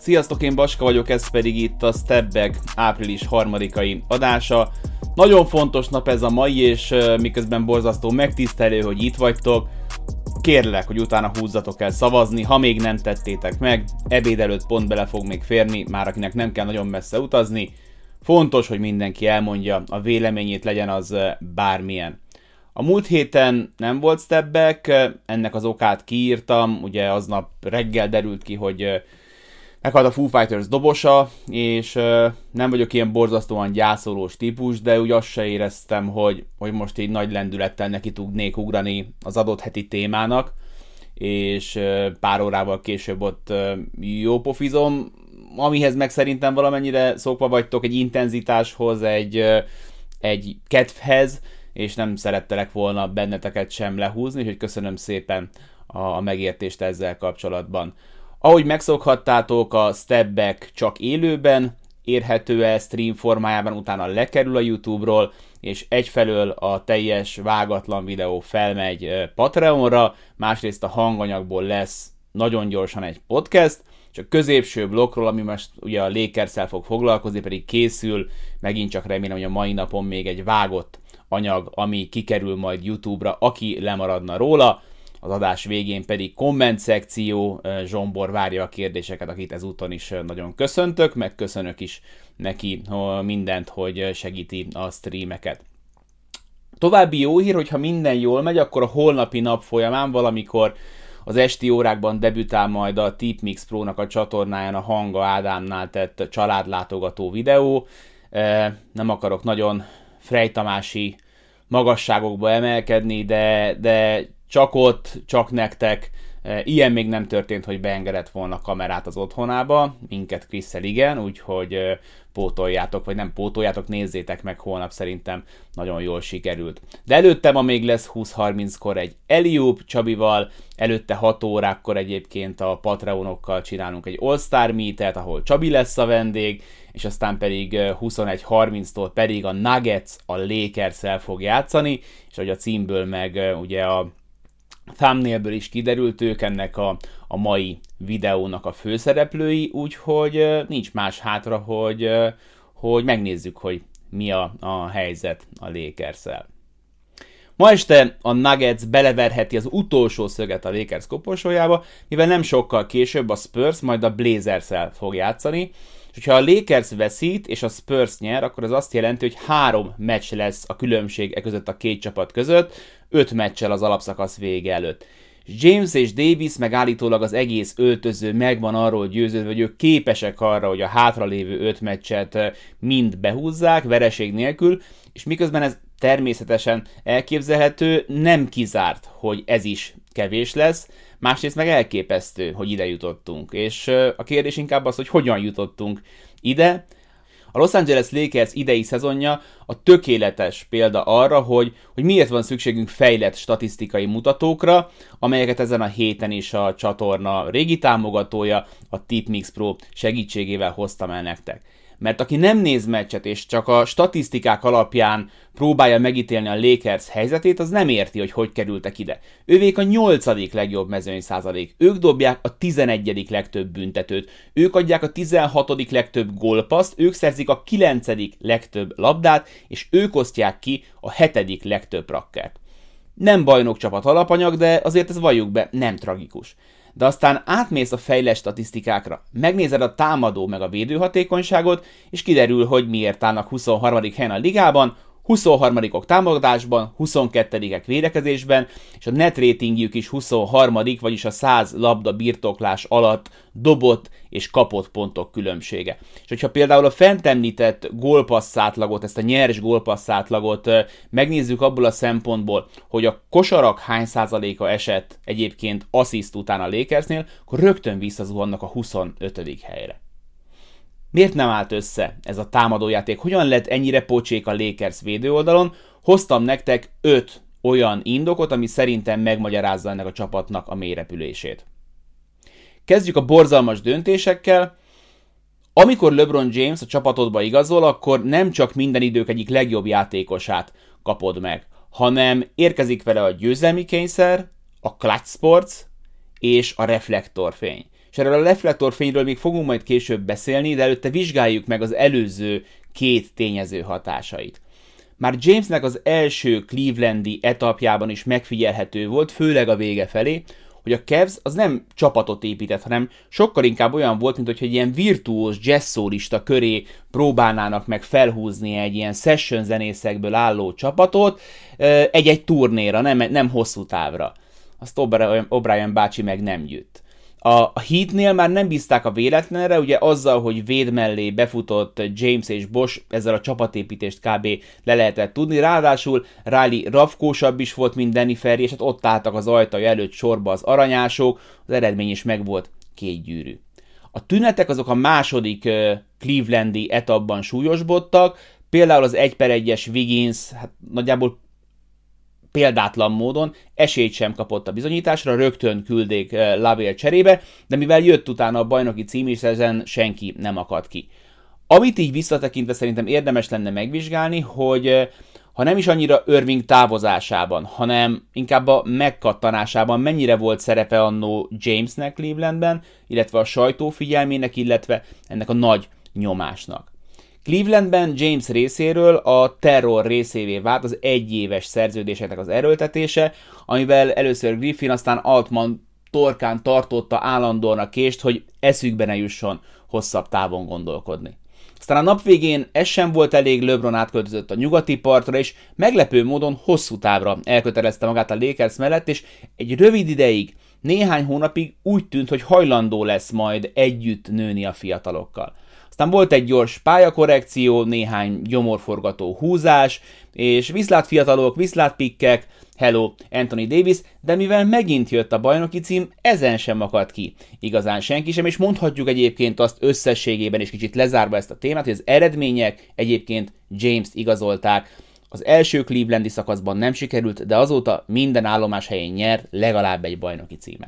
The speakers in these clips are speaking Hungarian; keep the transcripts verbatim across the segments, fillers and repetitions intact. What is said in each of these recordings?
Sziasztok, én Baska vagyok, ez pedig itt a Step Back április harmadikai adása. Nagyon fontos nap ez a mai, és miközben borzasztó megtisztelő, hogy itt vagytok, kérlek, hogy utána húzzatok el szavazni, ha még nem tettétek meg, ebéd előtt pont bele fog még férni, már akinek nem kell nagyon messze utazni. Fontos, hogy mindenki elmondja a véleményét, legyen az bármilyen. A múlt héten nem volt Step Back, ennek az okát kiírtam, ugye aznap reggel derült ki, hogy meghalt a Foo Fighters dobosa, és nem vagyok ilyen borzasztóan gyászolós típus, de úgy azt se éreztem, hogy, hogy most így nagy lendülettel neki tudnék ugrani az adott heti témának, és pár órával később ott jó pofizom, amihez meg szerintem valamennyire szokva vagytok, egy intenzitáshoz, egy, egy kedvhez, és nem szerettelek volna benneteket sem lehúzni, úgyhogy köszönöm szépen a, a megértést ezzel kapcsolatban. Ahogy megszokhattátok, a Step Back csak élőben érhető el stream formájában, utána lekerül a YouTube-ról, és egyfelől a teljes vágatlan videó felmegy Patreonra, másrészt a hanganyagból lesz nagyon gyorsan egy podcast, és a középső blokkról, ami most ugye a Lakers-szel fog foglalkozni, pedig készül, megint csak remélem, hogy a mai napon még egy vágott anyag, ami kikerül majd YouTube-ra, aki lemaradna róla. Az adás végén pedig komment szekció, Zsombor várja a kérdéseket, akit ezúton is nagyon köszöntök, meg köszönök is neki mindent, hogy segíti a streameket. További jó hír, hogyha minden jól megy, akkor a holnapi nap folyamán valamikor az esti órákban debütál majd a Tipmix Pro-nak a csatornáján a Hanga Ádámnál tett családlátogató videó. Nem akarok nagyon frejtamási magasságokba emelkedni, de, de csak ott, csak nektek. Ilyen még nem történt, hogy beengedett volna kamerát az otthonába, minket Krisszel igen, úgyhogy pótoljátok, vagy nem pótoljátok, nézzétek meg holnap, szerintem nagyon jól sikerült. De előtte ma még lesz húsz harminckor egy Eliup Csabival, előtte hat órákkor egyébként a Patreonokkal csinálunk egy All-Star Meet-et, ahol Csabi lesz a vendég, és aztán pedig huszonegy harminctól pedig a Nuggets a Lakers-szel fog játszani, és ahogy a címből meg ugye a thumbnailből is kiderült, ők ennek a, a mai videónak a főszereplői, úgyhogy nincs más hátra, hogy, hogy megnézzük, hogy mi a, a helyzet a Lakers-szel. Ma este a Nuggets beleverheti az utolsó szöget a Lakers koporsójába, mivel nem sokkal később a Spurs majd a Blazers-szel fog játszani, és ha a Lakers veszít és a Spurs nyer, akkor az azt jelenti, hogy három meccs lesz a különbség e között a két csapat között, öt meccsel az alapszakasz vége előtt. James és Davis meg állítólag az egész öltöző meg van arról győződve, hogy ők képesek arra, hogy a hátralévő öt meccset mind behúzzák, vereség nélkül, és miközben ez természetesen elképzelhető, nem kizárt, hogy ez is kevés lesz, másrészt meg elképesztő, hogy ide jutottunk. És a kérdés inkább az, hogy hogyan jutottunk ide. A Los Angeles Lakers idei szezonja a tökéletes példa arra, hogy, hogy miért van szükségünk fejlett statisztikai mutatókra, amelyeket ezen a héten is a csatorna régi támogatója, a Tipmix Pro segítségével hoztam el nektek. Mert aki nem néz meccset és csak a statisztikák alapján próbálja megítélni a Lakers helyzetét, az nem érti, hogy hogy kerültek ide. Ővék a nyolcadik legjobb mezőny százalék, ők dobják a tizenegyedik legtöbb büntetőt, ők adják a tizenhatodik legtöbb gólpasszt, ők szerzik a kilencedik legtöbb labdát, és ők osztják ki a hetedik legtöbb rakkert. Nem bajnokcsapat alapanyag, de azért ez valljuk be, nem tragikus. De aztán átmész a fejlett statisztikákra, megnézed a támadó meg a védőhatékonyságot, és kiderül, hogy miért állnak huszonharmadik helyen a ligában, huszonharmadikok támadásban, huszonkettedikek védekezésben, és a net ratingjük is huszonharmadik, vagyis a száz labda birtoklás alatt dobott és kapott pontok különbsége. És hogyha például a fent említett gólpassz átlagot, ezt a nyers gólpassz átlagot megnézzük abból a szempontból, hogy a kosarak hány százaléka esett egyébként assziszt után a Lakersnél, akkor rögtön visszazuhannak a huszonötödik helyre. Miért nem állt össze ez a támadójáték? Hogyan lett ennyire pocsék a Lakers védőoldalon? Hoztam nektek öt olyan indokot, ami szerintem megmagyarázza ennek a csapatnak a mélyrepülését. Kezdjük a borzalmas döntésekkel. Amikor LeBron James a csapatodba igazol, akkor nem csak minden idők egyik legjobb játékosát kapod meg, hanem érkezik vele a győzelmi kényszer, a clutch sports és a reflektorfény. És erről a reflektorfényről még fogunk majd később beszélni, de előtte vizsgáljuk meg az előző két tényező hatásait. Már Jamesnek az első clevelandi etapjában is megfigyelhető volt, főleg a vége felé, hogy a Cavs az nem csapatot épített, hanem sokkal inkább olyan volt, mint hogy egy ilyen virtuóz jazzszólista köré próbálnának meg felhúzni egy ilyen session zenészekből álló csapatot egy-egy turnéra, nem, nem hosszú távra. Azt O'Brien bácsi meg nem jött. A Heatnél már nem bízták a véletlenre, ugye azzal, hogy Wade mellé befutott James és Bosh, ezzel a csapatépítést kb. Le lehetett tudni, ráadásul Riley rafkósabb is volt, mint Danny Ferry, és hát ott álltak az ajtaja előtt sorba az aranyások, az eredmény is megvolt, két gyűrű. A tünetek azok a második uh, clevelandi etapban súlyosbodtak, például az egy per egyes Wiggins, hát nagyjából példátlan módon esélyt sem kapott a bizonyításra, rögtön küldték Lavelle cserébe, de mivel jött utána a bajnoki cím is, ezen senki nem akadt ki. Amit így visszatekintve szerintem érdemes lenne megvizsgálni, hogy ha nem is annyira Irving távozásában, hanem inkább a megkattanásában mennyire volt szerepe annó Jamesnek Clevelandben, illetve a sajtó figyelmének, illetve ennek a nagy nyomásnak. Clevelandben James részéről a terror részévé vált az egyéves szerződéseknek az erőltetése, amivel először Griffin, aztán Altman torkán tartotta állandóan a kést, hogy eszükbe ne jusson hosszabb távon gondolkodni. Aztán a nap végén ez sem volt elég, LeBron átköltözött a nyugati partra, és meglepő módon hosszú távra elkötelezte magát a Lakers mellett, és egy rövid ideig, néhány hónapig úgy tűnt, hogy hajlandó lesz majd együtt nőni a fiatalokkal. Aztán volt egy gyors pályakorrekció, néhány gyomorforgató húzás, és viszlát fiatalok, viszlát pikkek, hello Anthony Davis, de mivel megint jött a bajnoki cím, ezen sem akadt ki igazán senki sem, és mondhatjuk egyébként azt összességében is kicsit lezárva ezt a témát, hogy az eredmények egyébként James-t igazolták. Az első clevelandi szakaszban nem sikerült, de azóta minden állomás helyén nyert legalább egy bajnoki címet.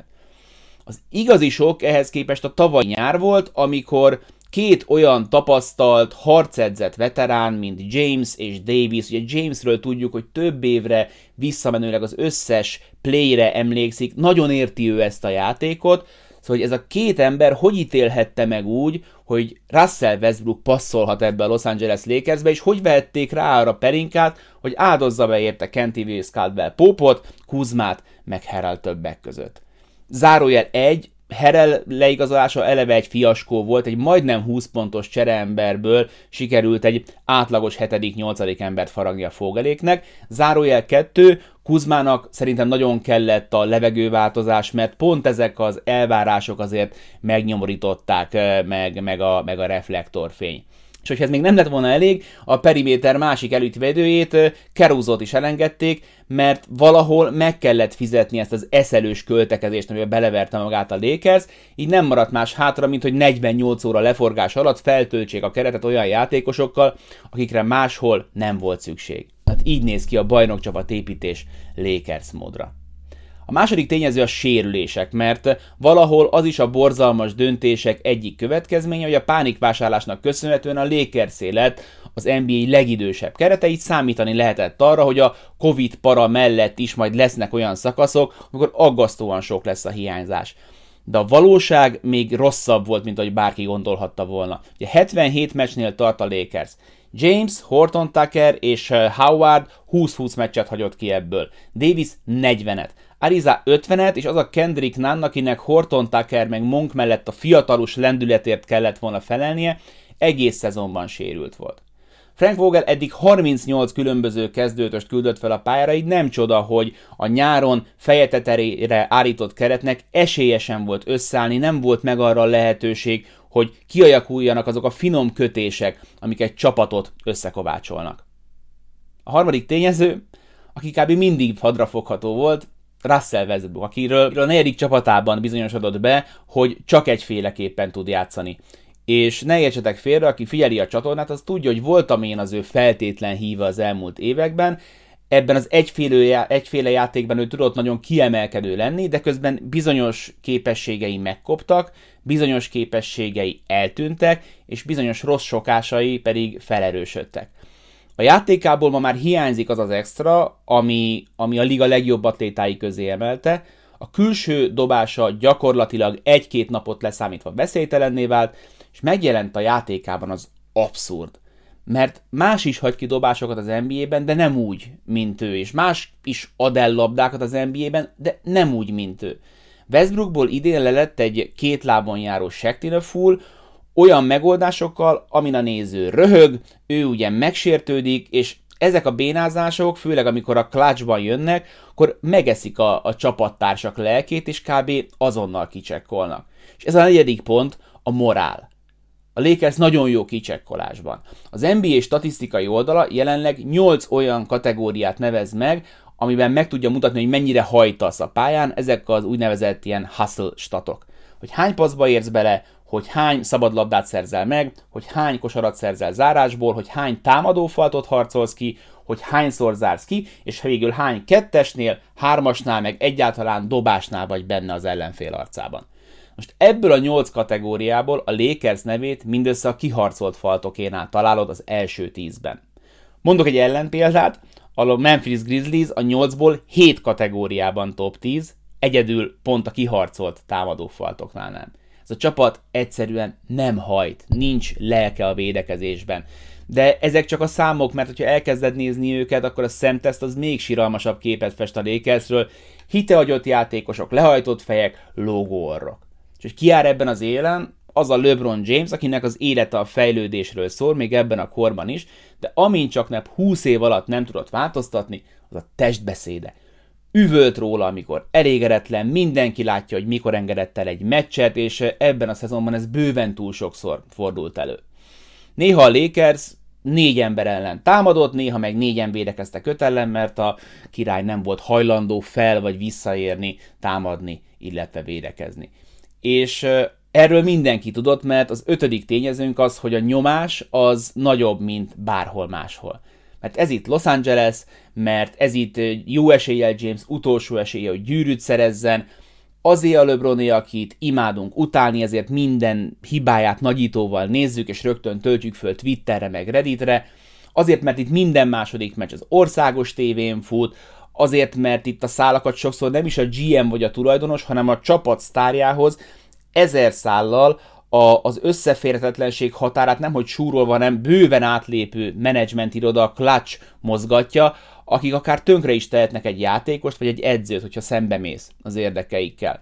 Az igazi sok ehhez képest a tavalyi nyár volt, amikor két olyan tapasztalt, harcedzett veterán, mint James és Davis. Ugye Jamesről tudjuk, hogy több évre visszamenőleg az összes playre emlékszik, nagyon érti ő ezt a játékot, szóval hogy ez a két ember hogy ítélhette meg úgy, hogy Russell Westbrook passzolhat ebbe a Los Angeles Lakersbe, és hogy vehették rá arra Perinkát, hogy áldozza be érte Kentavious Caldwell-Popot, Kuzmát, meg Harrell többek között. Zárójel egy, Harrell leigazolása eleve egy fiaskó volt, egy majdnem húsz pontos csereemberből sikerült egy átlagos hetedik-nyolcadik embert faragni a Fogeléknek. Zárójel kettő, Kuzmának szerintem nagyon kellett a levegőváltozás, mert pont ezek az elvárások azért megnyomorították meg, meg, a, meg a reflektorfény. És hogyha ez még nem lett volna elég, a periméter másik elütvedőjét, Caruzot is elengedték, mert valahol meg kellett fizetni ezt az eszelős költekezést, amivel beleverte magát a Lakers, így nem maradt más hátra, mint hogy negyvennyolc óra leforgás alatt feltöltsék a keretet olyan játékosokkal, akikre máshol nem volt szükség. Hát így néz ki a bajnokcsapat építés Lakers módra. A második tényező a sérülések, mert valahol az is a borzalmas döntések egyik következménye, hogy a pánikvásárlásnak köszönhetően a Lakerszé lett az en bé á legidősebb kerete, így számítani lehetett arra, hogy a Covid para mellett is majd lesznek olyan szakaszok, amikor aggasztóan sok lesz a hiányzás. De a valóság még rosszabb volt, mint ahogy bárki gondolhatta volna. Ugye hetvenhét meccsnél tart a Lakers. James, Horton Tucker és Howard húsz-húsz meccset hagyott ki ebből. Davis negyvenet. Ariza ötvenet, és az a Kendrick Nunn, akinek Horton Tucker meg Monk mellett a fiatalus lendületért kellett volna felelnie, egész szezonban sérült volt. Frank Vogel eddig harmincnyolc különböző kezdőtöst küldött fel a pályára, így nem csoda, hogy a nyáron feje tetejére állított keretnek esélye sem volt összeállni, nem volt meg arra a lehetőség, hogy kialakuljanak azok a finom kötések, amik egy csapatot összekovácsolnak. A harmadik tényező, aki kb. Mindig hadrafogható volt, Russell Westbrook, akiről a negyedik csapatában bizonyosodott be, hogy csak egyféleképpen tud játszani. És ne értsetek félre, aki figyeli a csatornát, az tudja, hogy voltam én az ő feltétlen híve az elmúlt években. Ebben az egyféle, egyféle játékban ő tudott nagyon kiemelkedő lenni, de közben bizonyos képességei megkoptak, bizonyos képességei eltűntek, és bizonyos rossz sokásai pedig felerősödtek. A játékából ma már hiányzik az az extra, ami, ami a liga legjobb atlétái közé emelte, A külső dobása gyakorlatilag egy-két napot leszámítva veszélytelenné vált, és megjelent a játékában az abszurd. Mert más is hagy ki dobásokat az en bé á-ben, de nem úgy, mint ő, és más is ad el labdákat az en bé á-ben, de nem úgy, mint ő. Westbrookból idén le lett egy két lábon járó Shaqtin' a Fool, olyan megoldásokkal, amin a néző röhög, ő ugye megsértődik, és ezek a bénázások, főleg amikor a clutchban jönnek, akkor megeszik a, a csapattársak lelkét, és kb. Azonnal kicsekkolnak. És ez a negyedik pont, a morál. A Lakers nagyon jó kicsekkolásban. Az en bé á statisztikai oldala jelenleg nyolc olyan kategóriát nevez meg, amiben meg tudja mutatni, hogy mennyire hajtasz a pályán, ezek az úgynevezett ilyen hustle statok. Hogy hány passzba érsz bele, hogy hány szabadlabdát szerzel meg, hogy hány kosarat szerzel zárásból, hogy hány támadófaltot harcolsz ki, hogy hányszor zársz ki, és végül hány kettesnél, hármasnál, meg egyáltalán dobásnál vagy benne az ellenfél arcában. Most ebből a nyolc kategóriából a Lakers nevét mindössze a kiharcolt faltokénál találod az első tízben. Mondok egy ellenpéldát, a Memphis Grizzlies a nyolcból hét kategóriában top tíz, egyedül pont a kiharcolt támadófaltoknál nem. Ez a csapat egyszerűen nem hajt, nincs lelke a védekezésben. De ezek csak a számok, mert hogyha elkezded nézni őket, akkor a szemteszt az még siralmasabb képet fest a Lakersről. Hiteagyott játékosok, lehajtott fejek, lógó orrok. És hogy ki jár ebben az élen? Az a LeBron James, akinek az élete a fejlődésről szól, még ebben a korban is, de amint csak nem húsz év alatt nem tudott változtatni, az a testbeszéde. Üvölt róla, amikor elégedetlen, mindenki látja, hogy mikor engedett el egy meccset, és ebben a szezonban ez bőven túl sokszor fordult elő. Néha a Lakers négy ember ellen támadott, néha meg négyen védekeztek öt ellen, mert a király nem volt hajlandó fel vagy visszaérni, támadni, illetve védekezni. És erről mindenki tudott, mert az ötödik tényezőnk az, hogy a nyomás az nagyobb, mint bárhol máshol. Mert ez itt Los Angeles, mert ez itt jó eséllyel James utolsó esélye, hogy gyűrűt szerezzen, azért a LeBroné, akit imádunk utálni, ezért minden hibáját nagyítóval nézzük, és rögtön töltjük föl Twitterre meg Redditre, azért, mert itt minden második meccs az országos tévén fut, azért, mert itt a szálakat sokszor nem is a gé em vagy a tulajdonos, hanem a csapat sztárjához ezer szállal a, az összeférhetetlenség határát nemhogy súrolva, hanem bőven átlépő menedzsment iroda clutch mozgatja, akik akár tönkre is tehetnek egy játékost, vagy egy edzőt, hogyha szembe mész az érdekeikkel.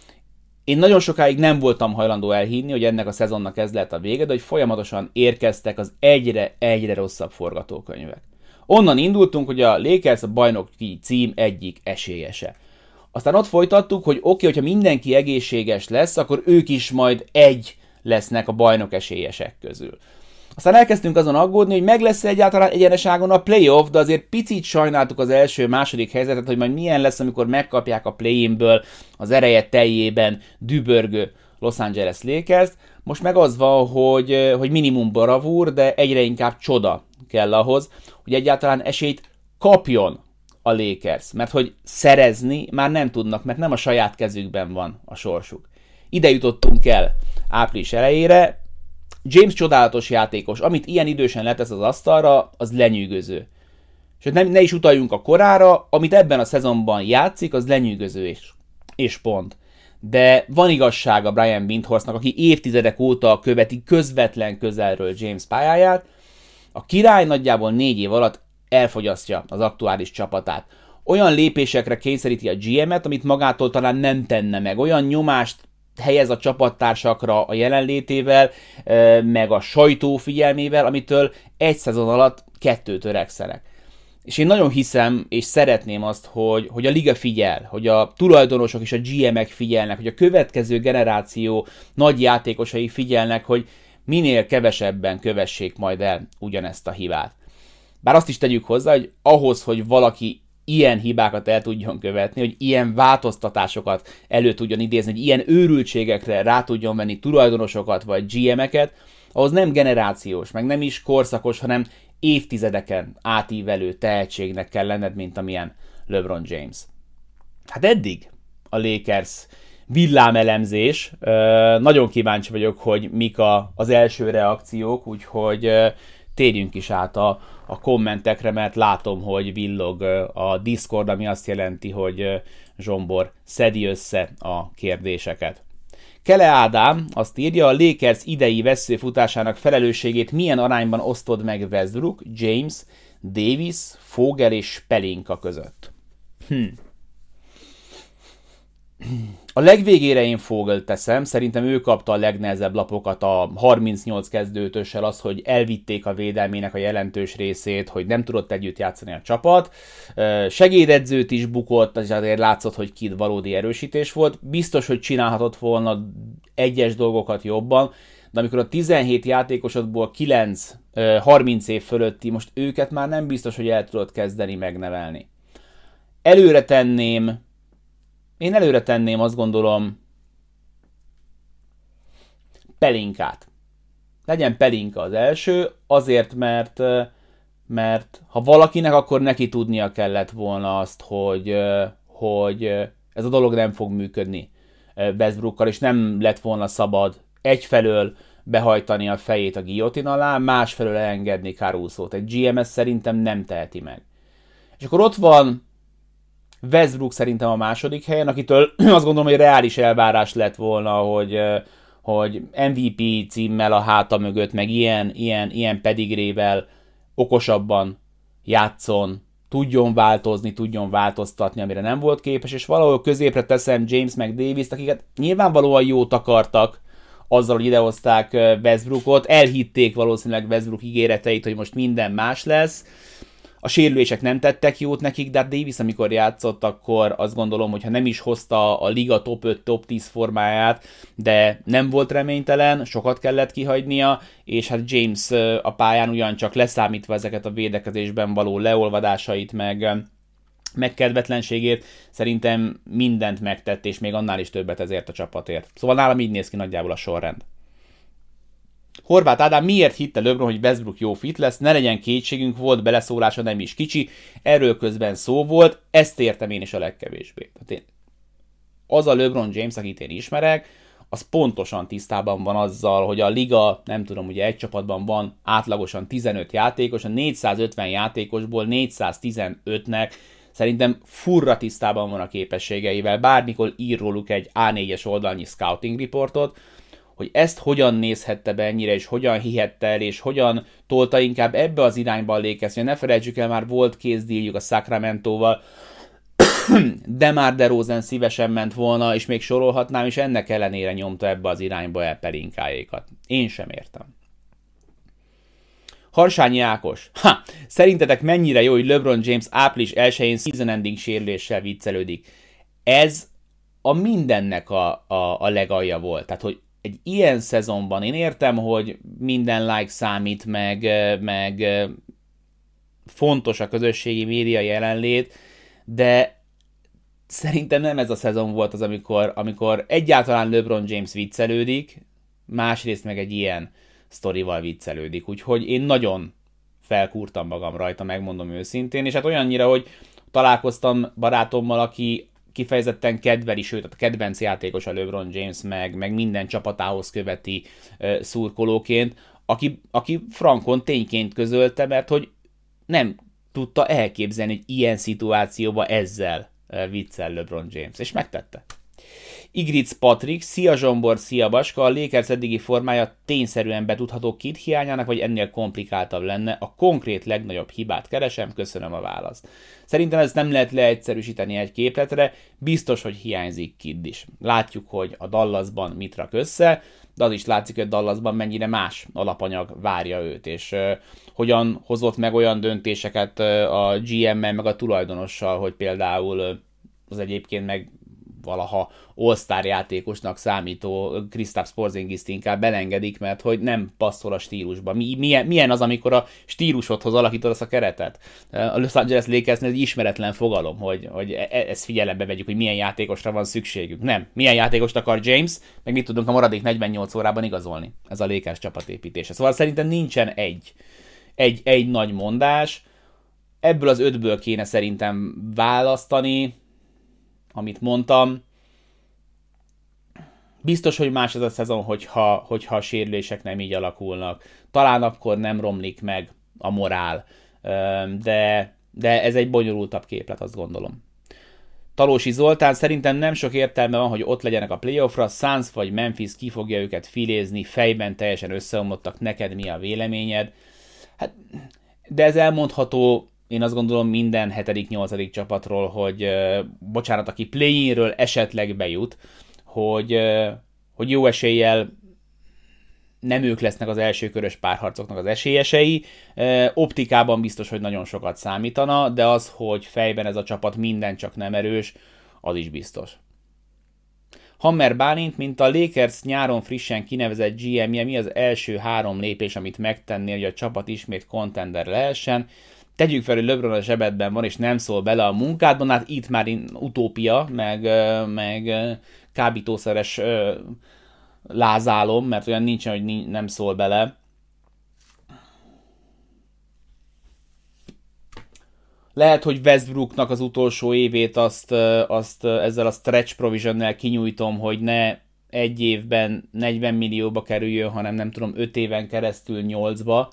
Én nagyon sokáig nem voltam hajlandó elhinni, hogy ennek a szezonnak ez lett a vége, de hogy folyamatosan érkeztek az egyre-egyre rosszabb forgatókönyvek. Onnan indultunk, hogy a Lakers a bajnoki cím egyik esélyese. Aztán ott folytattuk, hogy oké, okay, hogyha mindenki egészséges lesz, akkor ők is majd egy lesznek a bajnok esélyesek közül. Aztán elkezdtünk azon aggódni, hogy meg lesz egyáltalán egyeneságon a playoff, de azért picit sajnáltuk az első-második helyzetet, hogy majd milyen lesz, amikor megkapják a play-inből az ereje teljében dübörgő Los Angeles Lakers-t. Most meg az van, hogy, hogy minimum bravúr, de egyre inkább csoda kell ahhoz, hogy egyáltalán esélyt kapjon a Lakers, mert hogy szerezni már nem tudnak, mert nem a saját kezükben van a sorsuk. Ide jutottunk el április elejére, James csodálatos játékos, amit ilyen idősen letesz az asztalra, az lenyűgöző. És nem, ne is utaljunk a korára, amit ebben a szezonban játszik, az lenyűgöző és, és pont. De van igazsága Brian Windhorstnak, aki évtizedek óta követi közvetlen közelről James pályáját. A király nagyjából négy év alatt elfogyasztja az aktuális csapatát. Olyan lépésekre kényszeríti a gé em-et, amit magától talán nem tenne meg. Olyan nyomást helyez a csapattársakra a jelenlétével, meg a sajtó figyelmével, amitől egy szezon alatt kettőt öregszenek. És én nagyon hiszem, és szeretném azt, hogy, hogy a liga figyel, hogy a tulajdonosok és a gé em-ek figyelnek, hogy a következő generáció nagy játékosai figyelnek, hogy minél kevesebben kövessék majd el ugyanezt a hibát. Bár azt is tegyük hozzá, hogy ahhoz, hogy valaki ilyen hibákat el tudjon követni, hogy ilyen változtatásokat elő tudjon idézni, hogy ilyen őrültségekre rá tudjon venni tulajdonosokat vagy gé em-eket, ahhoz nem generációs, meg nem is korszakos, hanem évtizedeken átívelő tehetségnek kell lenned, mint amilyen LeBron James. Hát eddig a Lakers villámelemzés. Nagyon kíváncsi vagyok, hogy mik a, az első reakciók, úgyhogy térjünk is át a, a kommentekre, mert látom, hogy villog a Discord, ami azt jelenti, hogy Zsombor szedi össze a kérdéseket. Kele Ádám azt írja, a Lakers idei veszőfutásának felelősségét milyen arányban osztod meg Westbrook, James, Davis, Fogel és Pelinka között? Hm. A legvégére én Fogelt teszem, szerintem ő kapta a legnehezebb lapokat a harmincnyolc kezdőtössel, az, hogy elvitték a védelmének a jelentős részét, hogy nem tudott együtt játszani a csapat. Segédedzőt is bukott, és azért látszott, hogy Kidd valódi erősítés volt. Biztos, hogy csinálhatott volna egyes dolgokat jobban, de amikor a tizenhét játékosodból kilenc harminc év fölötti, most őket már nem biztos, hogy el tudod kezdeni megnevelni. Előre tenném Én előre tenném, azt gondolom, Pelinkát. Legyen Pelinka az első, azért, mert, mert ha valakinek, akkor neki tudnia kellett volna azt, hogy, hogy ez a dolog nem fog működni Westbrookkal, és nem lett volna szabad egyfelől behajtani a fejét a guillotine alá, másfelől elengedni Caruso-t. Egy gé em es szerintem nem teheti meg. És akkor ott van Westbrook szerintem a második helyen, akitől azt gondolom, hogy reális elvárás lett volna, hogy, hogy em vé pé címmel a háta mögött, meg ilyen, ilyen, ilyen pedigrével okosabban játszon, tudjon változni, tudjon változtatni, amire nem volt képes, és valahol középre teszem James meg Davis-t, akiket nyilvánvalóan jót akartak azzal, hogy idehozták Westbrookot, elhitték valószínűleg Westbrook ígéreteit, hogy most minden más lesz. A sérülések nem tettek jót nekik, de hát Davis, amikor játszott, akkor azt gondolom, hogy ha nem is hozta a liga top öt, top tíz formáját, de nem volt reménytelen, sokat kellett kihagynia, és hát James a pályán ugyancsak leszámítva ezeket a védekezésben való leolvadásait, meg, meg kedvetlenségét, szerintem mindent megtett, és még annál is többet ezért a csapatért. Szóval nálam így néz ki nagyjából a sorrend. Horváth Ádám miért hitte LeBron, hogy Westbrook jó fit lesz? Ne legyen kétségünk, volt beleszólása, nem is kicsi. Erről közben szó volt, ezt értem én is a legkevésbé. Tehát én, az a LeBron James, akit én ismerek, az pontosan tisztában van azzal, hogy a liga, nem tudom, ugye egy csapatban van átlagosan tizenöt játékos, a négyszázötven játékosból négyszáztizenötnek szerintem furra tisztában van a képességeivel. Bármikor ír róluk egy á négyes oldalnyi scouting reportot, hogy ezt hogyan nézhette be ennyire, és hogyan hihette el, és hogyan tolta inkább ebbe az irányba a Lakers. Ne felejtsük el, már volt kézdíjjuk a Sacramento-val, de már DeRozan szívesen ment volna, és még sorolhatnám, és ennek ellenére nyomta ebbe az irányba el Pelinkáékat. Én sem értem. Harsányi Ákos. Ha! Szerintetek mennyire jó, hogy LeBron James április elsején season-ending sérüléssel viccelődik? Ez a mindennek a, a, a legalja volt. Tehát, hogy egy ilyen szezonban én értem, hogy minden like számít, meg, meg fontos a közösségi média jelenlét, de szerintem nem ez a szezon volt az, amikor, amikor egyáltalán LeBron James viccelődik, másrészt meg egy ilyen sztorival viccelődik. Úgyhogy én nagyon felkúrtam magam rajta, megmondom őszintén, és hát olyannyira, hogy találkoztam barátommal, aki kifejezetten kedveli, sőt a kedvenc játékos a LeBron James, meg, meg minden csapatához követi uh, szurkolóként, aki, aki frankon tényként közölte, mert hogy nem tudta elképzelni, hogy ilyen szituációban ezzel uh, viccel LeBron James, és megtette. Igric Patrik, szia Zsombor, szia Baska, a Lakers eddigi formája tényszerűen betudható Kidd hiányának, vagy ennél komplikáltabb lenne? A konkrét legnagyobb hibát keresem, köszönöm a választ. Szerintem ezt nem lehet leegyszerűsíteni egy képletre, biztos, hogy hiányzik Kidd is. Látjuk, hogy a Dallasban mit rak össze, de az is látszik, hogy Dallasban mennyire más alapanyag várja őt, és uh, hogyan hozott meg olyan döntéseket uh, a gé em-mel, meg a tulajdonossal, hogy például uh, az egyébként meg valaha all-star játékosnak számító Kristaps Porzingiszt inkább belengedik, mert hogy nem passzol a stílusba. Mi, milyen, milyen az, amikor a stílusodhoz alakítasz a keretet? A Los Angeles Lakersnél egy ismeretlen fogalom, hogy, hogy ezt figyelembe vegyük, hogy milyen játékosra van szükségük. Nem. Milyen játékost akar James, meg mit tudunk a maradék negyvennyolc órában igazolni. Ez a Lakers csapatépítése. Szóval szerintem nincsen egy, egy, egy nagy mondás. Ebből az ötből kéne szerintem választani, amit mondtam. Biztos, hogy más ez a szezon, hogyha, hogyha a sérülések nem így alakulnak. Talán akkor nem romlik meg a morál. De, de ez egy bonyolultabb képlet, azt gondolom. Talósi Zoltán, szerintem nem sok értelme van, hogy ott legyenek a playoffra, Suns vagy Memphis ki fogja őket filézni, fejben teljesen összeomlottak, neked mi a véleményed? Hát, de ez elmondható, én azt gondolom minden hetedik-nyolcadik csapatról, hogy uh, bocsánat, aki play-inről esetleg bejut, hogy, uh, hogy jó eséllyel nem ők lesznek az első körös párharcoknak az esélyesei. Uh, optikában biztos, hogy nagyon sokat számítana, de az, hogy fejben ez a csapat minden csak nem erős, az is biztos. Hammer Bálint, mint a Lakers nyáron frissen kinevezett gé em-je, mi az első három lépés, amit megtennél, hogy a csapat ismét contender lehessen? Tegyük fel, hogy LeBron a zsebedben van, és nem szól bele a munkádban, hát itt már utópia, meg, meg kábítószeres lázálom, mert olyan nincsen, hogy nem szól bele. Lehet, hogy Westbrooknak az utolsó évét azt, azt ezzel a stretch provisionnel kinyújtom, hogy ne egy évben negyven millióba kerüljön, hanem nem tudom, öt éven keresztül nyolcba,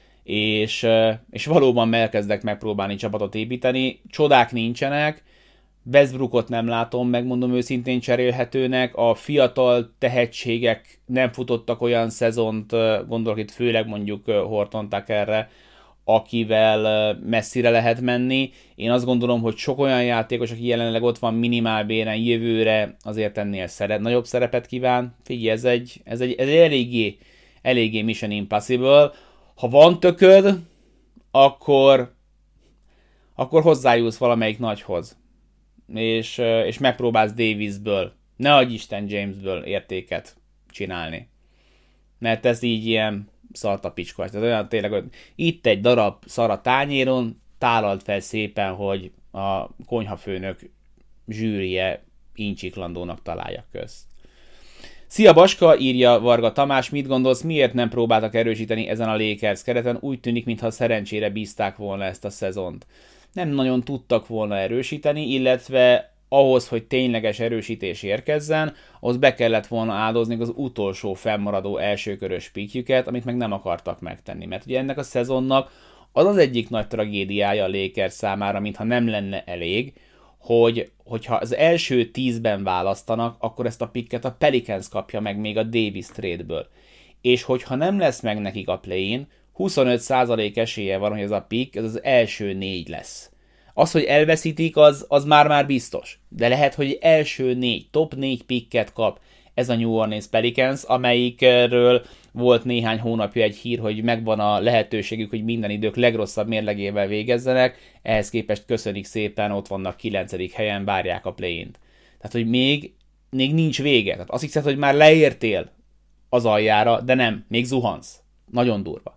és, és valóban elkezdek megpróbálni csapatot építeni. Csodák nincsenek, Westbrookot nem látom, megmondom őszintén cserélhetőnek, a fiatal tehetségek nem futottak olyan szezont, gondolok itt főleg mondjuk Horton Tuckerre, akivel messzire lehet menni. Én azt gondolom, hogy sok olyan játékos, aki jelenleg ott van minimálbéren, jövőre azért ennél szeret, nagyobb szerepet kíván. Figyelj, ez egy, ez egy, ez egy eléggé, eléggé Mission Impossible. Ha van tököd, akkor, akkor hozzájussz valamelyik nagyhoz. És, és megpróbálsz Davisből, ne adj Isten Jamesből értéket csinálni. Mert ez így ilyen szartapicskos. Tehát olyan tényleg, hogy itt egy darab szar a tányéron, tálalt fel szépen, hogy a konyhafőnök zsűrije incsiklandónak találja közt. Szia Baska, írja Varga Tamás, mit gondolsz, miért nem próbáltak erősíteni ezen a Lakers kereten? Úgy tűnik, mintha szerencsére bízták volna ezt a szezont. Nem nagyon tudtak volna erősíteni, illetve ahhoz, hogy tényleges erősítés érkezzen, ahhoz be kellett volna áldozni az utolsó fennmaradó elsőkörös pikjüket, amit meg nem akartak megtenni. Mert ugye ennek a szezonnak az az egyik nagy tragédiája a Lakers számára, mintha nem lenne elég, hogy hogyha az első tízben választanak, akkor ezt a pikket a Pelicans kapja meg még a Davis trade-ből. És hogyha nem lesz meg nekik a play-in, huszonöt százalék esélye van, hogy ez a pick, ez az első négy lesz. Az, hogy elveszítik, az, az már-már biztos. De lehet, hogy első négy, top négy picket kap ez a New Orleans Pelicans, amelyikről volt néhány hónapja egy hír, hogy megvan a lehetőségük, hogy minden idők legrosszabb mérlegével végezzenek, ehhez képest köszönik szépen, ott vannak kilencedik helyen, várják a play-int. Tehát, hogy még, még nincs vége. Tehát azt hiszed, hogy már leértél az aljára, de nem, még zuhansz. Nagyon durva.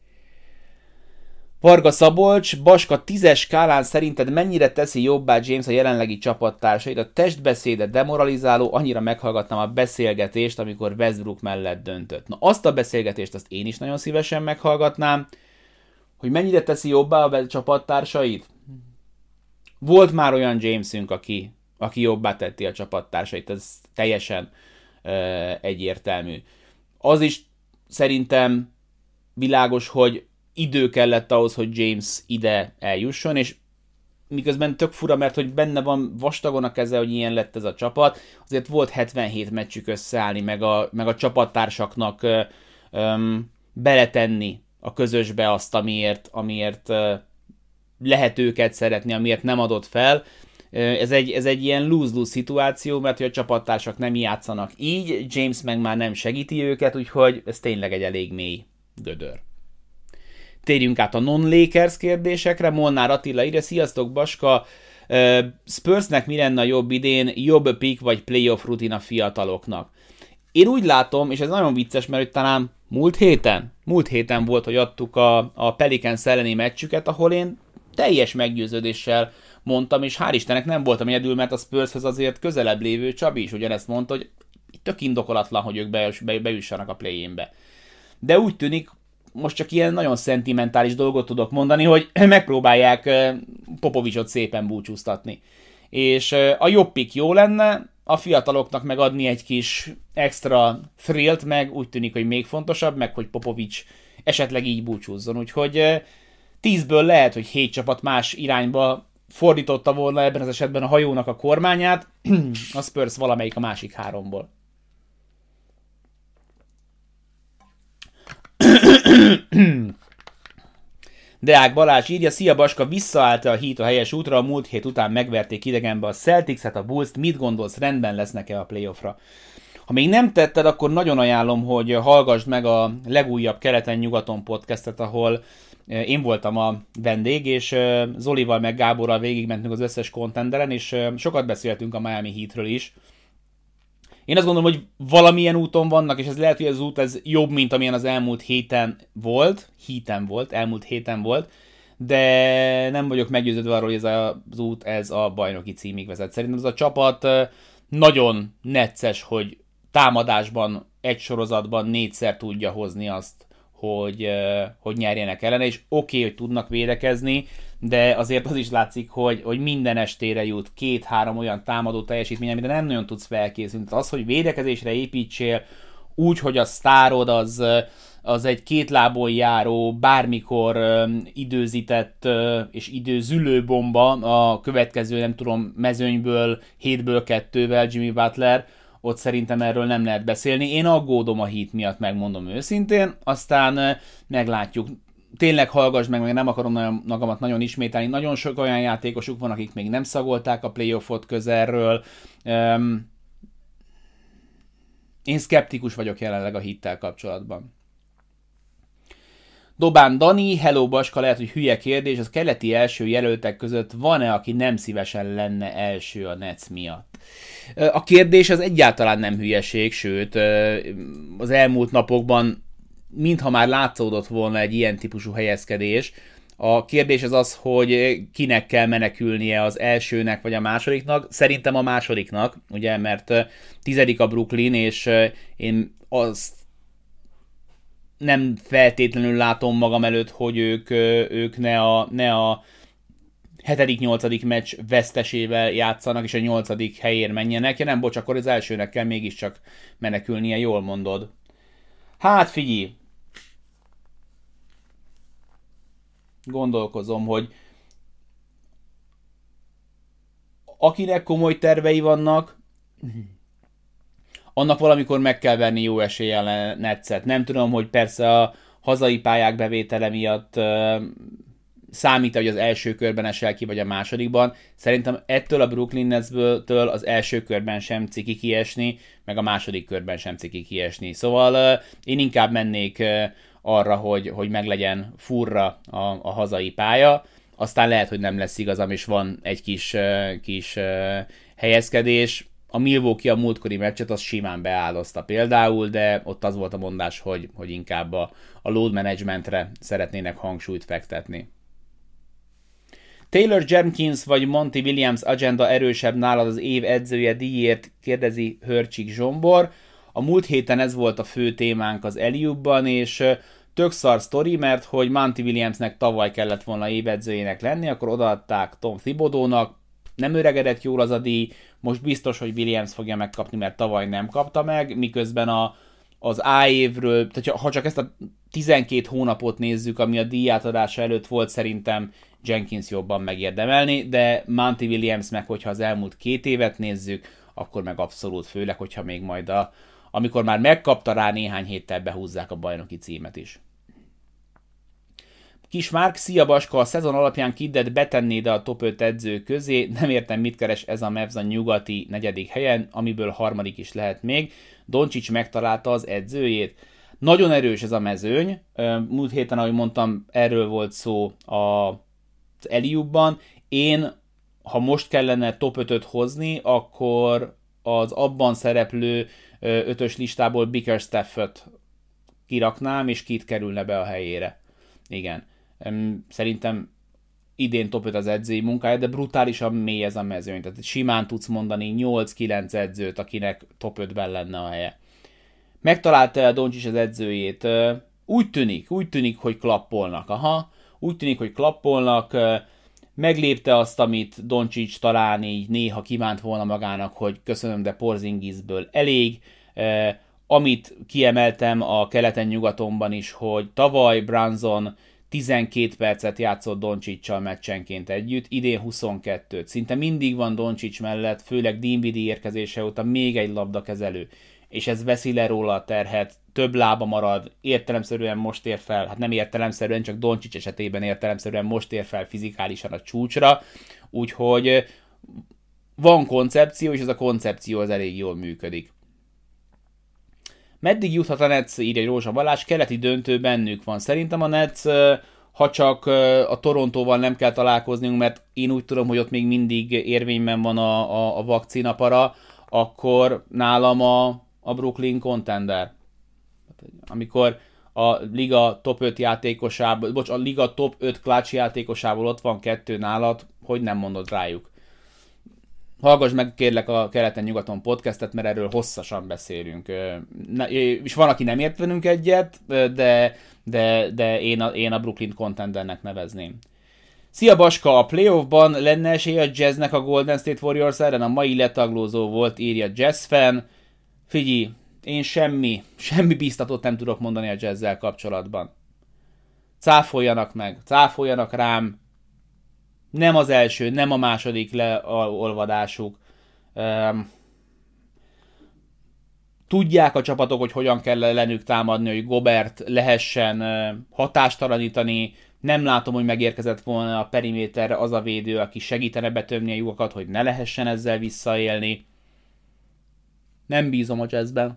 Varga Szabolcs, Baska tízes skálán szerinted mennyire teszi jobbá James a jelenlegi csapattársait? A testbeszéde demoralizáló, annyira meghallgattam a beszélgetést, amikor Westbrook mellett döntött. Na azt a beszélgetést azt én is nagyon szívesen meghallgatnám, hogy mennyire teszi jobbá a csapattársait? Volt már olyan Jamesünk, aki, aki jobbá tetti a csapattársait, ez teljesen uh, egyértelmű. Az is szerintem világos, hogy idő kellett ahhoz, hogy James ide eljusson, és miközben tök fura, mert hogy benne van vastagon a keze, hogy ilyen lett ez a csapat, azért volt hetvenhét meccsük összeállni, meg a, meg a csapattársaknak ö, ö, beletenni a közösbe azt, amiért, amiért ö, lehet őket szeretni, amiért nem adott fel. Ez egy, ez egy ilyen lose-lose szituáció, mert hogy a csapattársak nem játszanak így, James meg már nem segíti őket, úgyhogy ez tényleg egy elég mély gödör. Térjünk át a non-Lakers kérdésekre. Molnár Attila írja, sziasztok Baska, uh, Spursnek mi lenne a jobb idén, jobb pick vagy playoff rutin a fiataloknak? Én úgy látom, és ez nagyon vicces, mert hogy talán múlt héten, múlt héten volt, hogy adtuk a, a Pelicans elleni meccsüket, ahol én teljes meggyőződéssel mondtam, és hál' Istennek nem voltam egyedül, mert a Spurshez azért közelebb lévő Csabi is ugyanezt mondta, hogy tök indokolatlan, hogy ők be, be, bejussanak a play-inbe. De úgy tűnik, most csak ilyen nagyon szentimentális dolgot tudok mondani, hogy megpróbálják Popovicsot szépen búcsúztatni. És a jobb pick jó lenne, a fiataloknak megadni egy kis extra thrillt, meg úgy tűnik, hogy még fontosabb, meg hogy Popovics esetleg így búcsúzzon. Úgyhogy tízből lehet, hogy hét csapat más irányba fordította volna ebben az esetben a hajónak a kormányát, a Spurs valamelyik a másik háromból. Deák Balázs írja, szia Baska, visszaállt a Heat a helyes útra, a múlt hét után megverték idegenbe a Celtics-et, a Bulls-t, mit gondolsz, rendben lesznek-e a playoffra? Ha még nem tetted, akkor nagyon ajánlom, hogy hallgassd meg a legújabb Keleten-nyugaton podcastet, ahol én voltam a vendég, és Zolival meg Gáborral végigmentünk az összes contenderen, és sokat beszéltünk a Miami Heatről is. Én azt gondolom, hogy valamilyen úton vannak, és ez lehet, hogy az út ez jobb, mint amilyen az elmúlt héten volt, héten volt, elmúlt héten volt, de nem vagyok meggyőződve arról, hogy ez az út ez a bajnoki címig vezet. Szerintem ez a csapat nagyon necces, hogy támadásban, egy sorozatban négyszer tudja hozni azt, hogy, hogy nyerjenek ellene, és oké, okay, hogy tudnak védekezni, de azért az is látszik, hogy, hogy minden estére jut két-három olyan támadó teljesítmény, amire nem nagyon tudsz felkészülni. Az, hogy védekezésre építsél, úgy, hogy a sztárod az, az egy két lábon járó, bármikor időzített és időzülő bomba a következő, nem tudom, mezőnyből, hétből kettővel Jimmy Butler, ott szerintem erről nem lehet beszélni. Én aggódom a Heat miatt, megmondom őszintén, aztán meglátjuk. Tényleg hallgass meg, meg nem akarom nagyon, magamat nagyon ismételni. Nagyon sok olyan játékosuk van, akik még nem szagolták a playoffot közelről. Um, én szkeptikus vagyok jelenleg a Heattel kapcsolatban. Dobán Dani, hello Baska, lehet, hogy hülye kérdés, az keleti első jelöltek között van-e, aki nem szívesen lenne első a Nets miatt? A kérdés az egyáltalán nem hülyeség, sőt, az elmúlt napokban mintha már látszódott volna egy ilyen típusú helyezkedés. A kérdés az az, hogy kinek kell menekülnie, az elsőnek vagy a másodiknak. Szerintem a másodiknak, ugye, mert tizedik a Brooklyn, és én azt nem feltétlenül látom magam előtt, hogy ők, ők ne a, ne a hetedik-nyolcadik meccs vesztesével játszanak, és a nyolcadik helyért menjenek. Ja nem, bocs, akkor az elsőnek kell mégiscsak menekülnie, jól mondod. Hát figyelj, gondolkozom, hogy akinek komoly tervei vannak, annak valamikor meg kell venni jó eséllyel a Netszet. Nem tudom, hogy persze a hazai pályák bevétele miatt uh, számít, hogy az első körben esel ki, vagy a másodikban. Szerintem ettől a Brooklyn Netsből az első körben sem ciki kiesni, meg a második körben sem ciki kiesni. Szóval uh, én inkább mennék uh, arra, hogy, hogy meglegyen furra a, a hazai pálya. Aztán lehet, hogy nem lesz igazam, és van egy kis, uh, kis uh, helyezkedés. A Milwaukee a múltkori meccset az simán beállozta például, de ott az volt a mondás, hogy, hogy inkább a, a load managementre szeretnének hangsúlyt fektetni. Taylor Jenkins vagy Monty Williams agenda erősebb nálad az év edzője díjért, kérdezi Hörcsik Zsombor. A múlt héten ez volt a fő témánk az Eliubban, és tök szar sztori, mert hogy Monty Williamsnek tavaly kellett volna évedzőjének lenni, akkor odaadták Tom Thibodeaunak, nem öregedett jól az a díj, most biztos, hogy Williams fogja megkapni, mert tavaly nem kapta meg, miközben a, az A évről, tehát ha csak ezt a tizenkét hónapot nézzük, ami a díjátadása előtt volt, szerintem Jenkins jobban megérdemelni, de Monty Williams meg, hogyha az elmúlt két évet nézzük, akkor meg abszolút, főleg, hogyha még majd a, amikor már megkapta rá néhány héttel behúzzák a bajnoki címet is. Kis Márk, szia Baska, a szezon alapján Kiddet betennéd a top öt edző közé, nem értem, mit keres ez a Mavs a nyugati negyedik helyen, amiből harmadik is lehet még. Doncsics megtalálta az edzőjét. Nagyon erős ez a mezőny, múlt héten, ahogy mondtam, erről volt szó az Eliubban. Én, ha most kellene top ötöt hozni, akkor az abban szereplő ötös listából Bickerstaffot kiraknám, és Kidd kerülne be a helyére. Igen. Szerintem idén top öt az edzői munkája, de brutálisan mély ez a mezőny. Tehát simán tudsz mondani nyolc-kilenc edzőt, akinek top ötben lenne a helye. Megtalálta a Doncsics az edzőjét. Úgy tűnik, úgy tűnik, hogy klappolnak. Aha, úgy tűnik, hogy klappolnak. Meglépte azt, amit Doncsics talán így néha kívánt volna magának, hogy köszönöm, de Porzingisből elég. Amit kiemeltem a keleten-nyugatonban is, hogy tavaly Brunson tizenkét percet játszott Doncsics-sal meccsenként együtt, idén huszonkettőt. Szinte mindig van Doncsics mellett, főleg Dinwiddie érkezése óta még egy labdakezelő, és ez veszi le róla a terhet, több lába marad, értelemszerűen most ér fel, hát nem értelemszerűen, csak Doncsics esetében értelemszerűen most ér fel fizikálisan a csúcsra, úgyhogy van koncepció, és ez a koncepció az elég jól működik. Meddig juthat a Nets, írja Rózsa Balázs, keleti döntő bennük van. Szerintem a Nets, ha csak a Torontóval nem kell találkoznunk, mert én úgy tudom, hogy ott még mindig érvényben van a, a, a vakcinapara, akkor nálam a, a Brooklyn contender. Amikor a liga top öt játékosából, bocs, a liga top öt clutch játékosából ott van kettő nálad, hogy nem mondod rájuk. Hallgass meg kérlek a Keleten-nyugaton podcastet, mert erről hosszasan beszélünk. És van, aki nem ért velünk egyet, de, de, de én, a, én a Brooklyn contendernek nevezném. Szia Baska, a playoffban lenne esély a Jazznek a Golden State Warriors ellen? A mai letaglózó volt, írja Jazz fan. Figyelj, én semmi, semmi biztatót nem tudok mondani a Jazzel kapcsolatban. Cáfoljanak meg, cáfoljanak rám. Nem az első, nem a második leolvadásuk. Um, tudják a csapatok, hogy hogyan kell ellenük támadni, hogy Gobert lehessen uh, hatástalanítani. Nem látom, hogy megérkezett volna a periméterre az a védő, aki segítene betömni a lyukakat, hogy ne lehessen ezzel visszaélni. Nem bízom a Jazzben.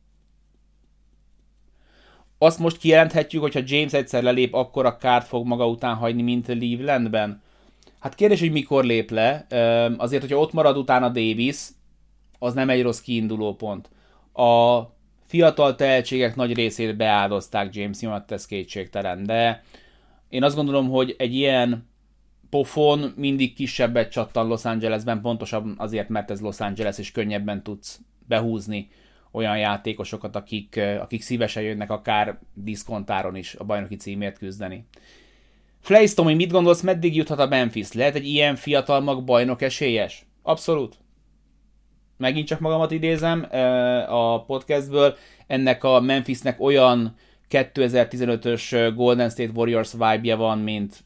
Azt most kijelenthetjük, hogy ha James egyszer lelép, akkor a kárt fog maga után hagyni, mint Clevelandben. Hát kérdés, hogy mikor lép le. Azért, hogyha ott marad utána Davis, az nem egy rossz kiinduló pont. A fiatal tehetségek nagy részét beáldozták James miatt, ez kétségtelen, de én azt gondolom, hogy egy ilyen pofon mindig kisebbet csattan Los Angelesben, pontosan azért, mert ez Los Angeles, és könnyebben tudsz behúzni olyan játékosokat, akik, akik szívesen jönnek akár diszkontáron is a bajnoki címért küzdeni. Fleisz Tomi, mit gondolsz, meddig juthat a Memphis? Lehet egy ilyen fiatal mag bajnok esélyes? Abszolút. Megint csak magamat idézem a podcastből. Ennek a Memphisnek olyan kétezer-tizenötös Golden State Warriors vibe-ja van, mint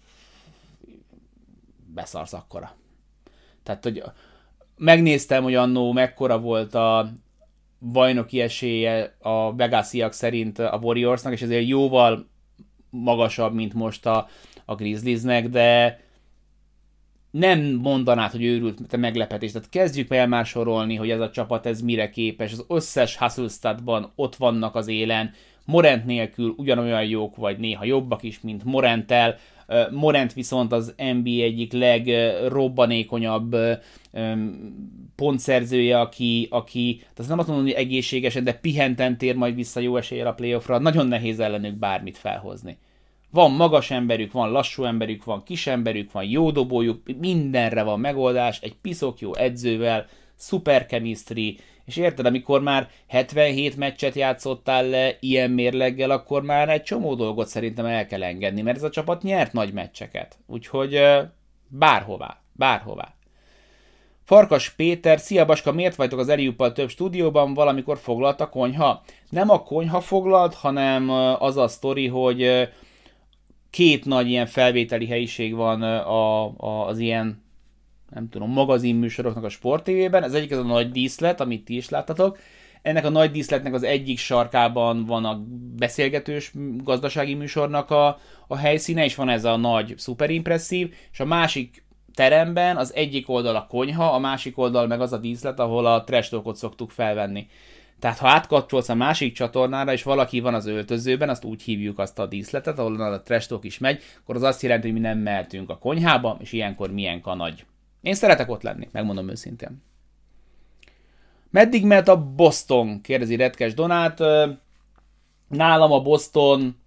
beszarsz akkora. Tehát, hogy megnéztem, hogy annó mekkora volt a bajnoki esélye a Vegasiak szerint a Warriorsnak, és ezért jóval magasabb, mint most a, a Grizzliesnek, de nem mondanád, hogy őrült te meglepetés. Tehát kezdjük el már sorolni, hogy ez a csapat ez mire képes. Az összes Hustle-statban ott vannak az élen. Morant nélkül ugyanolyan jók, vagy néha jobbak is, mint Moranttel. Morant viszont az en bé á egyik legrobbanékonyabb pontszerzője, aki, aki tehát nem azt mondom, hogy egészségesen, de pihenten tér majd vissza jó eséllyel a playoffra. Nagyon nehéz ellenük bármit felhozni. Van magas emberük, van lassú emberük, van kis emberük, van jó dobójuk, mindenre van megoldás, egy piszok jó edzővel, szuper chemistry, és érted, amikor már hetvenhét meccset játszottál le ilyen mérleggel, akkor már egy csomó dolgot szerintem el kell engedni, mert ez a csapat nyert nagy meccseket. Úgyhogy bárhová, bárhová. Farkas Péter, szia Baska, miért vagytok az Eliuppal több stúdióban, valamikor foglalt a konyha? Nem a konyha foglalt, hanem az a sztori, hogy két nagy ilyen felvételi helyiség van a, a, az ilyen, nem tudom, magazinműsoroknak a Sport té vében. Ez egyik az a nagy díszlet, amit ti is láttatok. Ennek a nagy díszletnek az egyik sarkában van a beszélgetős gazdasági műsornak a, a helyszíne, és van ez a nagy szuperimpresszív, és a másik teremben az egyik oldal a konyha, a másik oldal meg az a díszlet, ahol a trash talkot szoktuk felvenni. Tehát ha átkapcsolsz a másik csatornára, és valaki van az öltözőben, azt úgy hívjuk azt a díszletet, ahol a trash talk is megy, akkor az azt jelenti, hogy mi nem mehetünk a konyhába, és ilyenkor milyen nagy. Én szeretek ott lenni, megmondom őszintén. Meddig mehet a Boston? Kérdezi Retkes Donát. Nálam a Boston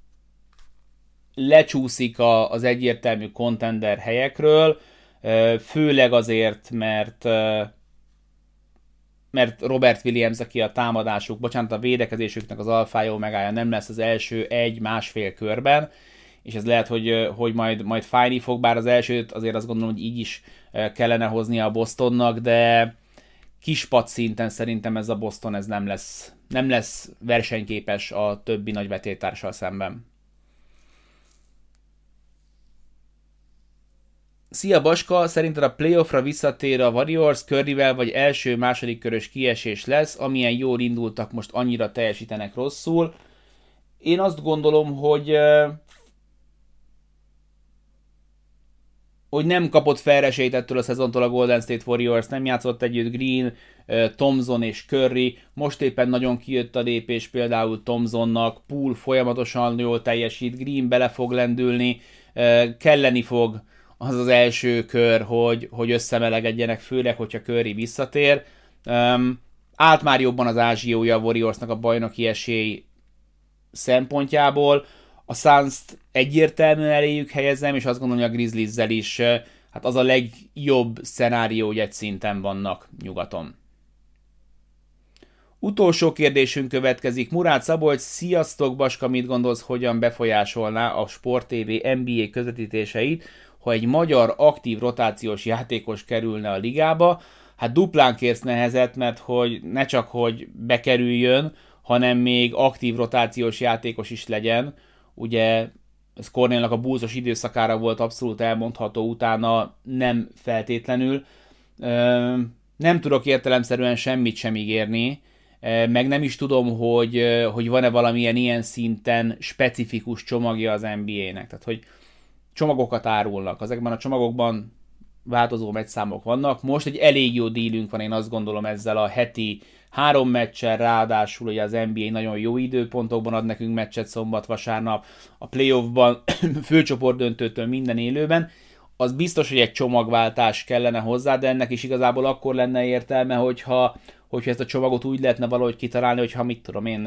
lecsúszik az egyértelmű contender helyekről, főleg azért, mert mert Robert Williams, aki a támadásuk, bocsánat, a védekezésüknek az alfája, omegája nem lesz az első egy-másfél körben, és ez lehet, hogy, hogy majd, majd fájni fog, bár az elsőt azért azt gondolom, hogy így is kellene hoznia a Bostonnak, de kispat szinten szerintem ez a Boston ez nem lesz, nem lesz versenyképes a többi nagy vetélytársal szemben. Szia Baska, szerinted a playoffra visszatér a Warriors Curryvel, vagy első-második körös kiesés lesz, amilyen jól indultak, most annyira teljesítenek rosszul? Én azt gondolom, hogy hogy nem kapott felresélyt ettől a szezontól a Golden State Warriors, nem játszott együtt Green, Thompson és Curry, most éppen nagyon kijött a lépés például Thompsonnak, Poole folyamatosan jól teljesít, Green bele fog lendülni, kelleni fog az az első kör, hogy, hogy összemelegedjenek, főleg, hogyha Curry visszatér. Um, állt már jobban az ázsiója a Warriorsnak a bajnoki esély szempontjából. A Suns-t egyértelműen eléjük helyezem, és azt gondolom, hogy a Grizzlies-zel is hát az a legjobb szenárió, hogy egy szinten vannak nyugaton. Utolsó kérdésünk következik. Murád Szabolcs, sziasztok, Baska, mit gondolsz, hogyan befolyásolná a Sport té vé en bé á közvetítéseit, ha egy magyar aktív rotációs játékos kerülne a ligába? Hát duplán kérsz nehezet, mert hogy ne csak, hogy bekerüljön, hanem még aktív rotációs játékos is legyen. Ugye ez Cornélnak a Bullsos időszakára volt abszolút elmondható, utána nem feltétlenül. Nem tudok értelemszerűen semmit sem ígérni, meg nem is tudom, hogy, hogy van-e valamilyen ilyen szinten specifikus csomagja az en bé á-nek. Tehát, hogy csomagokat árulnak. Ezekben a csomagokban változó meccszámok vannak. Most egy elég jó dílünk van, én azt gondolom, ezzel a heti három meccsel, ráadásul ugye az en bé á nagyon jó időpontokban ad nekünk meccset szombat, vasárnap, a playoffban, főcsoport döntőtől minden élőben. Az biztos, hogy egy csomagváltás kellene hozzá, de ennek is igazából akkor lenne értelme, hogyha, hogyha ezt a csomagot úgy lehetne valahogy kitalálni, hogyha mit tudom én,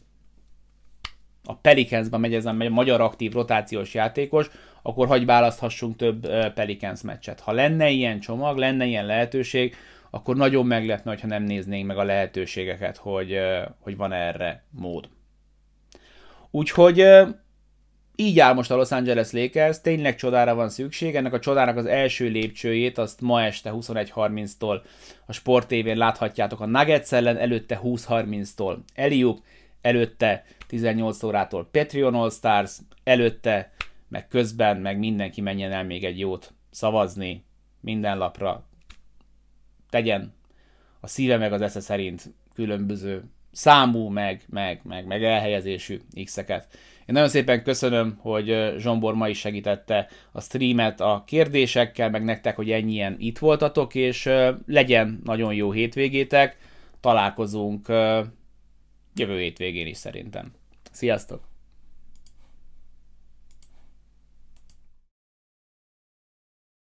a Pelicansban megy ez a magyar aktív rotációs játékos, akkor hagy választhassunk több Pelicans meccset. Ha lenne ilyen csomag, lenne ilyen lehetőség, akkor nagyon meglepne, hogyha nem néznénk meg a lehetőségeket, hogy, hogy van erre mód. Úgyhogy így áll most a Los Angeles Lakers, tényleg csodára van szükség, ennek a csodának az első lépcsőjét azt ma este huszonegy harminctól a Sport té vén láthatjátok a Nuggets ellen, előtte húsz harminctól Eliup, előtte tizennyolc órától Patreon All Stars, előtte, meg közben, meg mindenki menjen el még egy jót szavazni minden lapra, tegyen a szíve meg az esze szerint különböző számú, meg, meg, meg, meg elhelyezésű X-eket. Én nagyon szépen köszönöm, hogy Zsombor ma is segítette a streamet a kérdésekkel, meg nektek, hogy ennyien itt voltatok, és legyen nagyon jó hétvégétek, találkozunk jövő hétvégén is szerintem. Sziasztok!